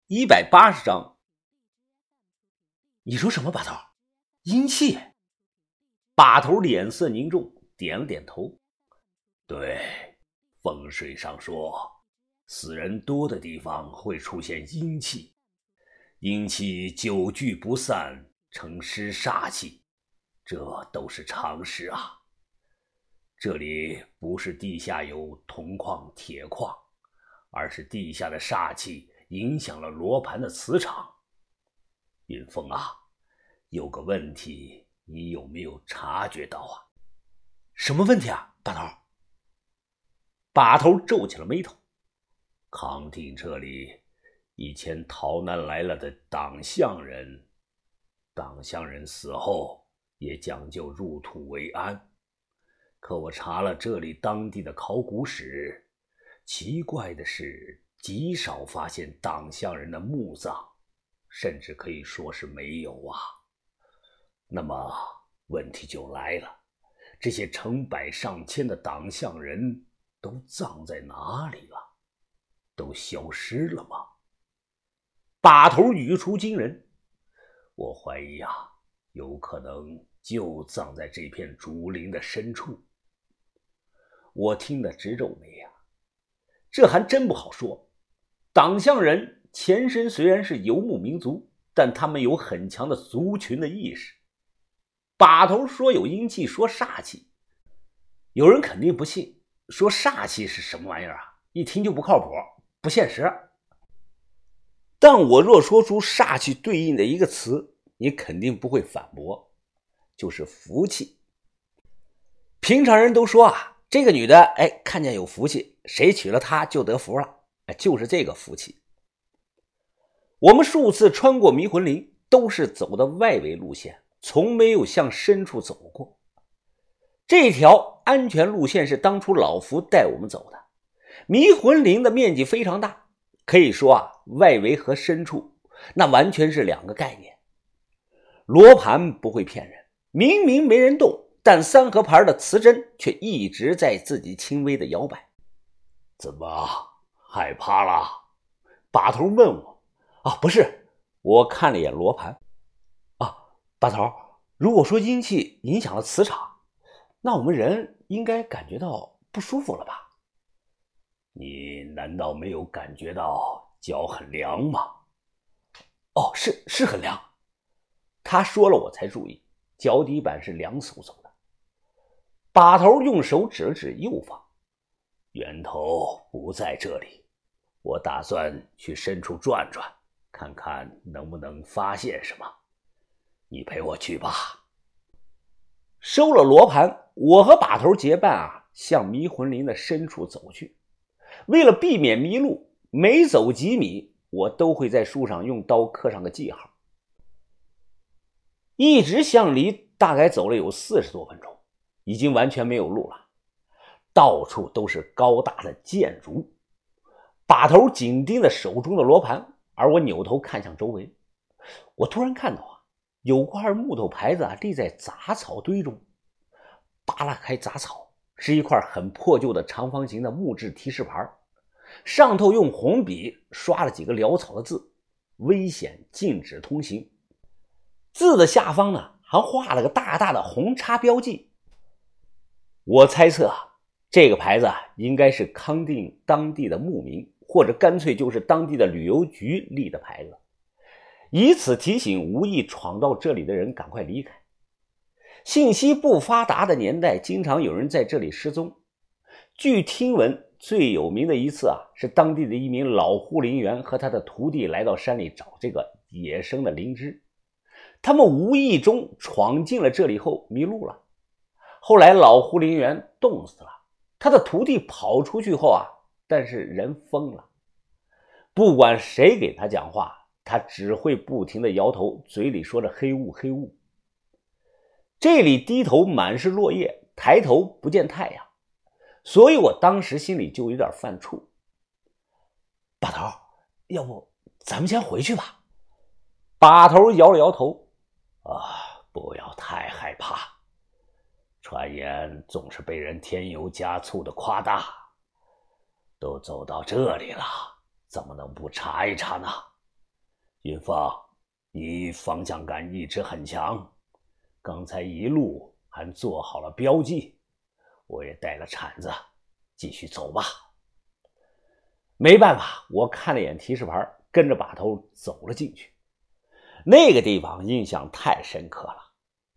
180章。你说什么，把头？阴气？把头脸色凝重，点了点头。 对，风水上说，死人多的地方会出现阴气，阴气久聚不散，成尸煞气，这都是常识啊。这里不是地下有铜矿、铁矿，而是地下的煞气影响了罗盘的磁场。云峰啊，有个问题，你有没有察觉到啊？ 什么问题啊，把头？把头皱起了眉头。 康定这里以前逃难来了的党项人，党项人死后也讲究入土为安。可我查了这里当地的考古史，奇怪的是极少发现党项人的墓葬，甚至可以说是没有啊。那么问题就来了，这些成百上千的党项人都葬在哪里了？都消失了吗？ 把头语出惊人。 我怀疑啊，有可能就葬在这片竹林的深处。 我听得直皱眉啊，这还真不好说。党项人前身虽然是游牧民族，但他们有很强的族群的意识。把头说有阴气，说煞气，有人肯定不信，说煞气是什么玩意儿啊？一听就不靠谱，不现实。但我若说出煞气对应的一个词，你肯定不会反驳，就是福气。平常人都说啊，这个女的看见有福气，谁娶了她就得福了，就是这个福气。我们数次穿过迷魂林都是走的外围路线，从没有向深处走过。这条安全路线是当初老福带我们走的。迷魂林的面积非常大，可以说啊，外围和深处那完全是两个概念。罗盘不会骗人，明明没人动，但三合牌的磁针却一直在自己轻微的摇摆。 怎么害怕了？ 把头问我。不是，我看了一眼罗盘。把头，如果说阴气影响了磁场，那我们人应该感觉到不舒服了吧？ 你难道没有感觉到脚很凉吗？ 是很凉。他说了我才注意，脚底板是凉飕飕的。把头用手指了指右方。 源头不在这里，我打算去深处转转，看看能不能发现什么。你陪我去吧。 收了罗盘，我和把头结伴啊，向迷魂林的深处走去。为了避免迷路，每走几米，我都会在树上用刀刻上个记号。一直向里，大概走了有40多分钟，已经完全没有路了，到处都是高大的建筑。把头紧盯着手中的罗盘，而我扭头看向周围。我突然看到有块木头牌子立在杂草堆中。扒拉开杂草，是一块很破旧的长方形的木质提示牌，上头用红笔刷了几个潦草的字：危险，禁止通行。字的下方呢，还画了个大大的红叉标记。我猜测这个牌子应该是康定当地的牧民，或者干脆就是当地的旅游局立的牌子，以此提醒无意闯到这里的人赶快离开。信息不发达的年代，经常有人在这里失踪。据听闻，最有名的一次是当地的一名老护林员和他的徒弟来到山里找这个野生的灵芝，他们无意中闯进了这里后迷路了。后来老护林员冻死了，他的徒弟跑出去后但是人疯了，不管谁给他讲话，他只会不停地摇头，嘴里说着黑雾黑雾。这里低头满是落叶，抬头不见太阳，所以我当时心里就有点犯怵。把头，要不咱们先回去吧？把头摇了摇头。 不要太害怕，传言总是被人添油加醋的夸大。都走到这里了，怎么能不查一查呢？ 云峰，你方向感一直很强，刚才一路还做好了标记，我也带了铲子，继续走吧。 没办法，我看了眼提示牌，跟着把头走了进去。那个地方印象太深刻了，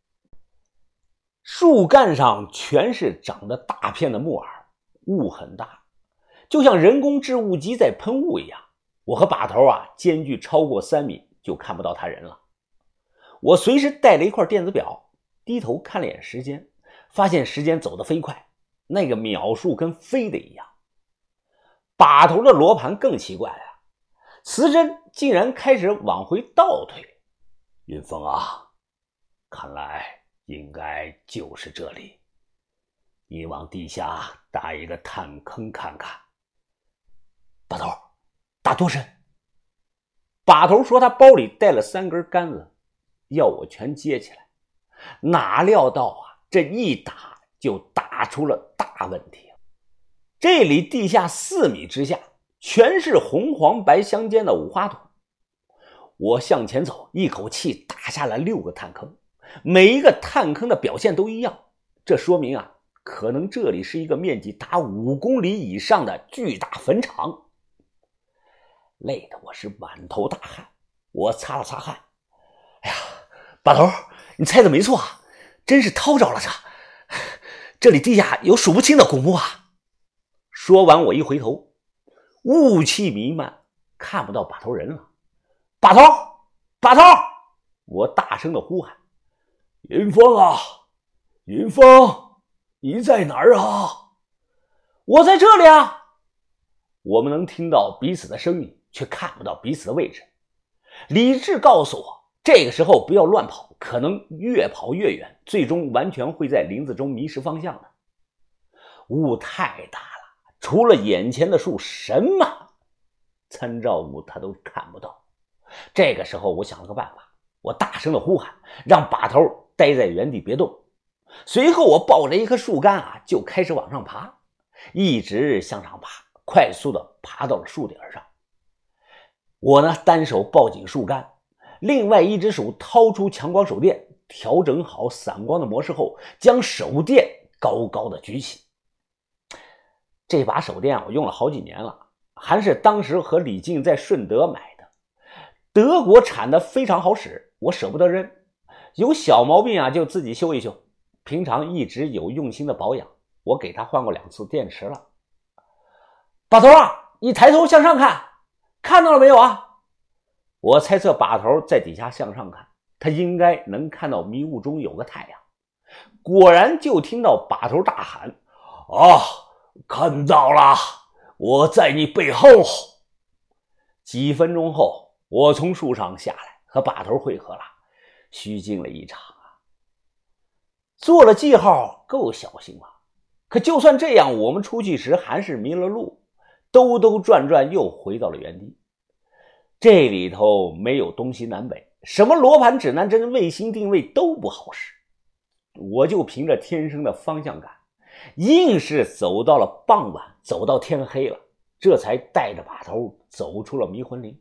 树干上全是长得大片的木耳，雾很大，就像人工置雾机在喷雾一样。我和把头间距超过3米，就看不到他人了。我随时带了一块电子表，低头看了眼时间，发现时间走得飞快，那个秒数跟飞的一样。把头的罗盘更奇怪了，磁针竟然开始往回倒退。 云峰啊，看来应该就是这里，你往地下打一个探坑看看。 把头，打多深？把头说他包里带了3根杆子，要我全接起来。哪料到这一打就打出了大问题。这里地下4米之下全是红黄白相间的五花土。我向前走，一口气打下了6个探坑，每一个探坑的表现都一样，这说明可能这里是一个面积达5公里以上的巨大坟场。累得我是满头大汗，我擦了擦汗。哎呀，把头，你猜的没错真是掏着了这里地下有数不清的古墓说完我一回头，雾气弥漫，看不到把头人了。把头，把头！我大声的呼喊。 云峰啊，云峰，你在哪儿啊？ 我在这里我们能听到彼此的声音，却看不到彼此的位置。理智告诉我，这个时候不要乱跑，可能越跑越远，最终完全会在林子中迷失方向的。雾太大了，除了眼前的树，什么参照物他都看不到。这个时候我想了个办法，我大声的呼喊，让把头待在原地别动。随后我抱着一棵树干就开始往上爬，一直向上爬，快速的爬到了树顶上。我呢，单手抱紧树干，另外一只手掏出强光手电，调整好散光的模式后，将手电高高的举起。这把手电我用了好几年了，还是当时和李静在顺德买的，德国产的非常好使，我舍不得扔，有小毛病就自己修一修，平常一直有用心的保养，我给它换过2次电池了。把头你抬头向上看，看到了没有我猜测把头在底下向上看，他应该能看到迷雾中有个太阳。果然就听到把头大喊看到了，我在你背后。 几分钟后，我从树上下来，和把头会合了，虚惊了一场做了记号够小心了，可就算这样，我们出去时还是迷了路，兜兜转转又回到了原地。这里头没有东西南北，什么罗盘、指南针、卫星定位都不好使，我就凭着天生的方向感，硬是走到了傍晚，走到天黑了，这才带着把头走出了迷魂林。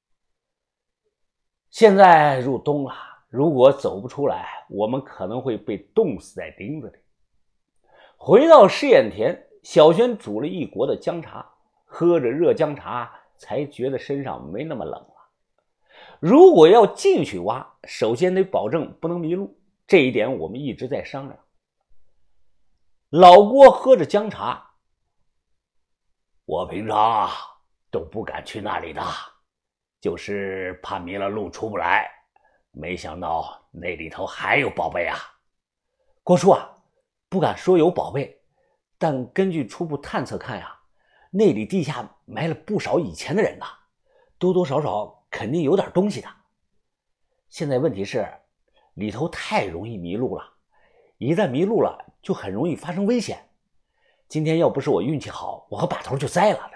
现在入冬了，如果走不出来，我们可能会被冻死在林子里。回到试验田，小轩煮了一锅的姜茶，喝着热姜茶才觉得身上没那么冷了。如果要进去挖，首先得保证不能迷路，这一点我们一直在商量。老郭喝着姜茶， 我平常都不敢去那里的，就是怕迷了路出不来，没想到那里头还有宝贝郭叔不敢说有宝贝，但根据初步探测看那里地下埋了不少以前的人多多少少肯定有点东西的。现在问题是里头太容易迷路了，一旦迷路了就很容易发生危险。今天要不是我运气好，我和把头就栽了的。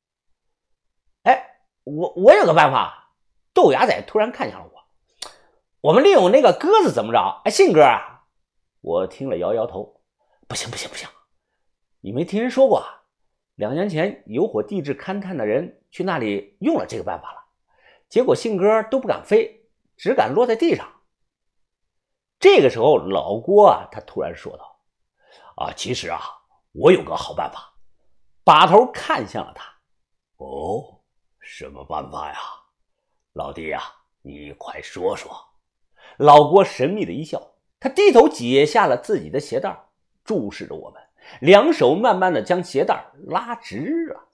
我有个办法。豆芽仔突然看向了我们利用那个鸽子怎么着？信鸽我听了摇摇头，不行，你没听人说过2年前有火地质勘探的人去那里用了这个办法了， 结果信鸽都不敢飞，只敢落在地上。这个时候老郭啊，他突然说道： 其实啊，我有个好办法。 把头看向了他。 哦，什么办法呀？老弟呀，你快说说。 老郭神秘的一笑，他低头解下了自己的鞋带，注视着我们，两手慢慢的将鞋带拉直了。